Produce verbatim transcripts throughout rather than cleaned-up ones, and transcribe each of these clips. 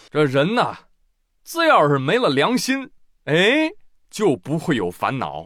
这人呐，只要是没了良心，哎，就不会有烦恼。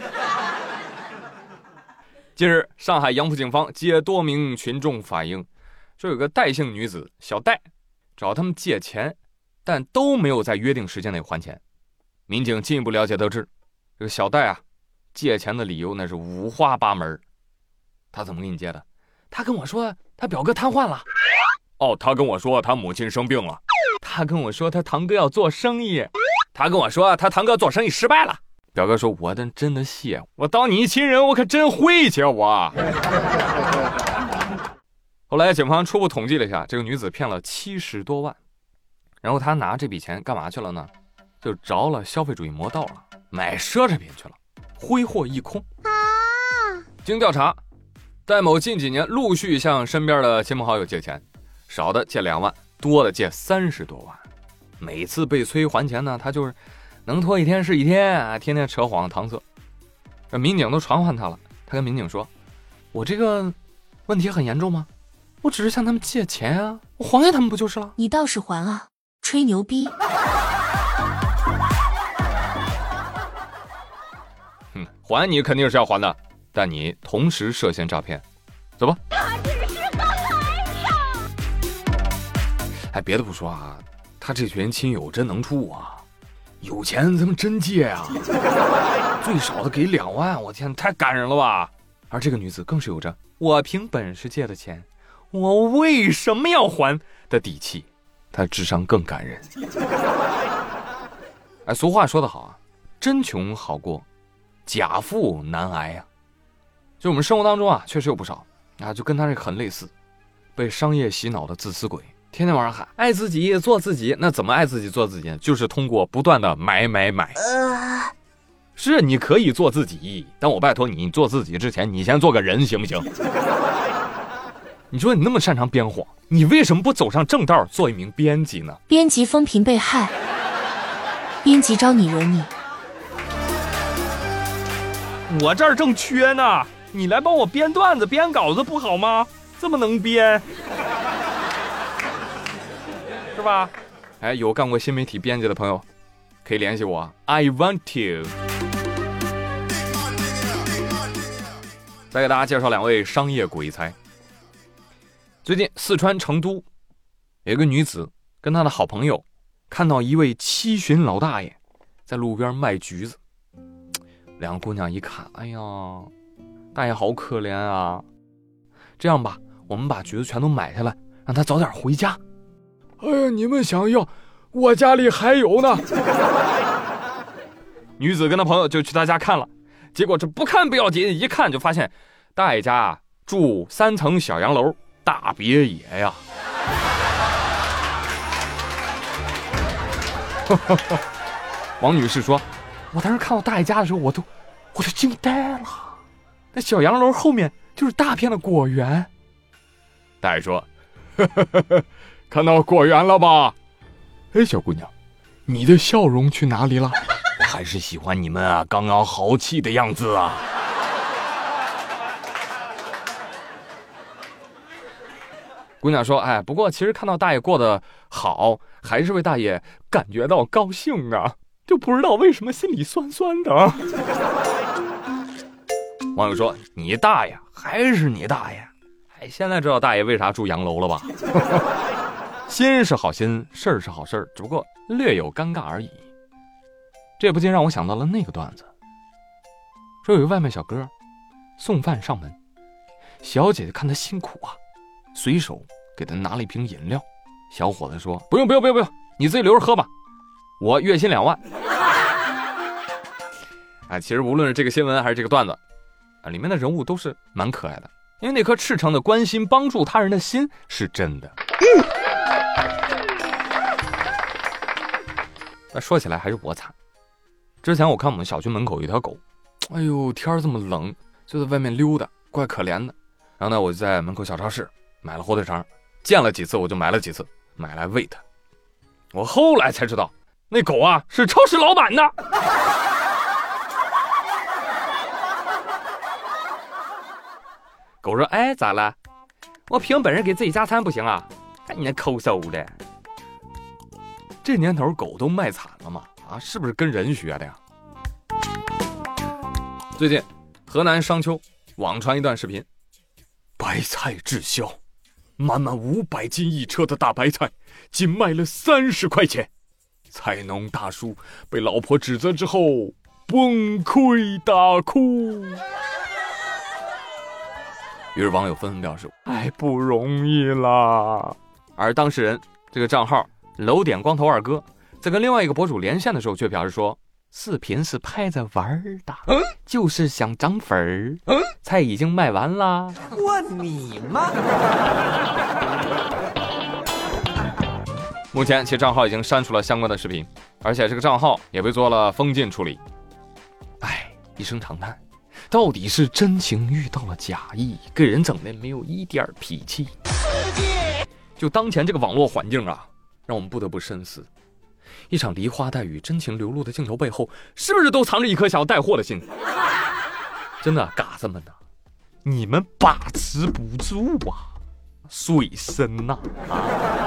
近日，上海杨浦警方接多名群众反映，说有个戴姓女子小戴找他们借钱，但都没有在约定时间内还钱。民警进一步了解得知，这个小戴啊，借钱的理由那是五花八门。他怎么给你借的？他跟我说他表哥瘫痪了。哦，他跟我说他母亲生病了。他跟我说他堂哥要做生意。他跟我说他堂哥做生意失败了。表哥说我的真的谢，我当你亲人我可真晦气我。后来警方初步统计了一下，这个女子骗了七十多万，然后她拿这笔钱干嘛去了呢？就着了消费主义魔道了，买奢侈品去了，挥霍一空。经调查，戴某近几年陆续向身边的亲朋好友借钱，少的借两万，多的借三十多万。每次被催还钱呢，他就是能拖一天是一天，天天扯谎搪塞。这民警都传唤他了，他跟民警说：“我这个问题很严重吗？我只是向他们借钱啊，我还给他们不就是了？” 你倒是还啊，吹牛逼。 哼，还你肯定是要还的，但你同时涉嫌诈骗，走吧。 他只是个孩子。 哎，别的不说啊，他这群亲友真能处啊，有钱咱们真借啊，最少的给两万，我天，太感人了吧！而这个女子更是有着我凭本事借的钱，我为什么要还的底气，她智商更感人。哎，俗话说得好啊，真穷好过，假富难挨啊。就我们生活当中啊，确实有不少啊，就跟他这个很类似，被商业洗脑的自私鬼，天天晚上喊爱自己做自己。那怎么爱自己做自己呢？就是通过不断的买买买。呃，是你可以做自己，但我拜托你，你做自己之前，你先做个人行不行？你说你那么擅长编谎，你为什么不走上正道，做一名编辑呢？ 编辑风评被害，编辑招你惹你。 我这儿正缺呢，你来帮我编段子编稿子不好吗？这么能编是吧？哎，有干过新媒体编辑的朋友可以联系我 I want to。 再给大家介绍两位商业鬼才。最近四川成都有一个女子跟她的好朋友看到一位七旬老大爷在路边卖橘子，两个姑娘一看，哎呀，大爷好可怜啊，这样吧，我们把橘子全都买下来，让他早点回家。哎呀，你们想要，我家里还有呢。女子跟她朋友就去他家看了，结果这不看不要紧，一看就发现大爷家啊住三层小洋楼，大别野呀。王女士说，我当时看到大爷家的时候，我都我都惊呆了，那小洋楼后面就是大片的果园。大爷说，呵呵呵呵，看到果园了吧？哎，小姑娘，你的笑容去哪里了？我还是喜欢你们啊刚刚豪气的样子啊。姑娘说，哎，不过其实看到大爷过得好，还是为大爷感觉到高兴啊，就不知道为什么心里酸酸的。网友说，你大爷还是你大爷，哎，现在知道大爷为啥住洋楼了吧？心是好心，事儿是好事儿，只不过略有尴尬而已。这不禁让我想到了那个段子，说有一外卖小哥送饭上门，小姐姐看他辛苦啊，随手给他拿了一瓶饮料。小伙子说，不用不用不用不用，你自己留着喝吧，我月薪两万。哎，其实无论是这个新闻还是这个段子啊，里面的人物都是蛮可爱的，因为那颗赤诚的关心帮助他人的心是真的。那说起来还是我惨，之前我看我们小区门口有一条狗，哎呦，天这么冷，就在外面溜达，怪可怜的。然后呢，我就在门口小超市买了火腿肠，见了几次我就买了几次，买来喂它。我后来才知道，那狗啊是超市老板的。狗说，哎，咋了？我凭本事给自己加餐不行啊？看你那抠搜的。 这年头狗都卖惨了嘛，啊，是不是跟人学的呀？最近河南商丘网传一段视频，白菜滞销，满满五百斤一车的大白菜仅卖了三十块钱，菜农大叔被老婆指责之后崩溃大哭。于是网友纷纷表示太不容易啦。而当事人这个账号楼点光头二哥在跟另外一个博主连线的时候却表示说，视频是拍着玩的，嗯、就是想涨粉儿，嗯、菜已经卖完啦。 问你吗？ 目前其账号已经删除了相关的视频，而且这个账号也被做了封禁处理。唉，一声长叹，到底是真情遇到了假意，给人整的没有一点脾气。就当前这个网络环境啊，让我们不得不深思，一场梨花带雨真情流露的镜头背后，是不是都藏着一颗想要带货的心？真的，嘎子们呐，你们把持不住啊，水深呐！啊！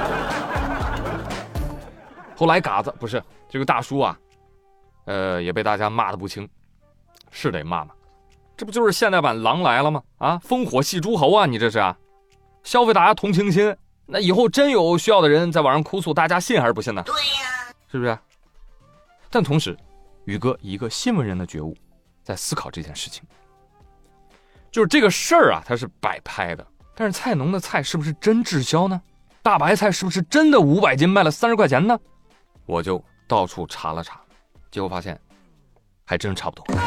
后来嘎子不是这个大叔啊，呃，也被大家骂得不轻，是得骂吗？这不就是现代版狼来了吗？啊，烽火戏诸侯啊，你这是啊！消费大家同情心，那以后真有需要的人在网上哭诉，大家信还是不信呢？对呀，是不是？但同时，宇哥以一个新闻人的觉悟，在思考这件事情，就是这个事儿啊，它是摆拍的，但是菜农的菜是不是真滞销呢？大白菜是不是真的五百斤卖了三十块钱呢？我就到处查了查，结果发现还真差不多。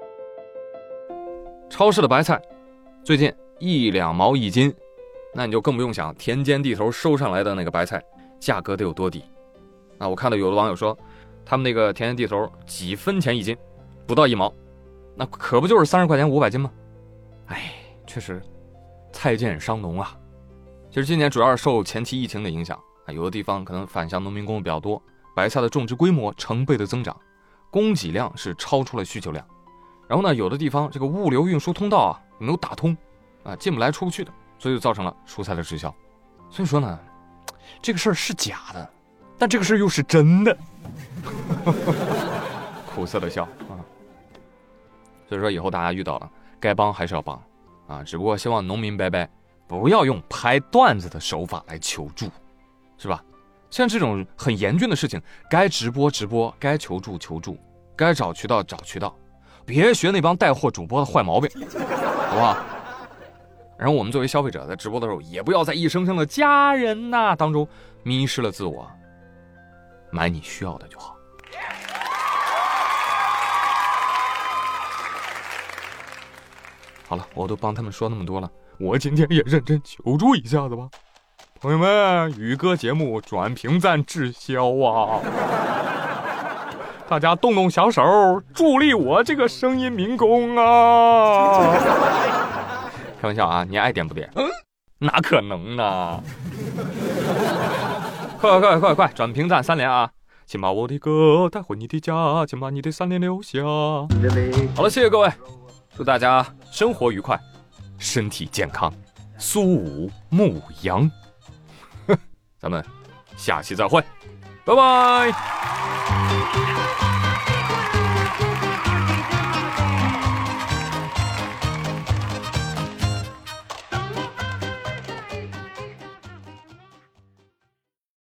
超市的白菜最近一两毛一斤，那你就更不用想田间地头收上来的那个白菜价格得有多低。那我看到有的网友说，他们那个田间地头几分钱一斤，不到一毛，那可不就是三十块钱五百斤吗？哎，确实菜贱伤农啊。其实今年主要是受前期疫情的影响，有的地方可能返乡农民工比较多，白菜的种植规模成倍的增长，供给量是超出了需求量。然后呢，有的地方这个物流运输通道啊没有打通啊，进不来出不去的，所以就造成了蔬菜的滞销。所以说呢，这个事儿是假的，但这个事儿又是真的。苦涩的笑啊！所以说以后大家遇到了，该帮还是要帮啊，只不过希望农民伯伯不要用拍段子的手法来求助，是吧？像这种很严峻的事情，该直播直播，该求助求助，该找渠道找渠道，别学那帮带货主播的坏毛病，好不好？然后我们作为消费者在直播的时候，也不要在一声声的家人呐当中迷失了自我，买你需要的就好。好了，我都帮他们说那么多了，我今天也认真求助一下子吧。朋友们，宇哥节目转评赞滞销啊！大家动动小手，助力我这个声音民工啊！开玩笑啊，你爱点不点？嗯，哪可能呢？快快快快，转评赞三连啊！请把我的歌带回你的家，请把你的三连留下。好了，谢谢各位，祝大家生活愉快，身体健康，苏武牧羊。咱们下期再会，拜拜。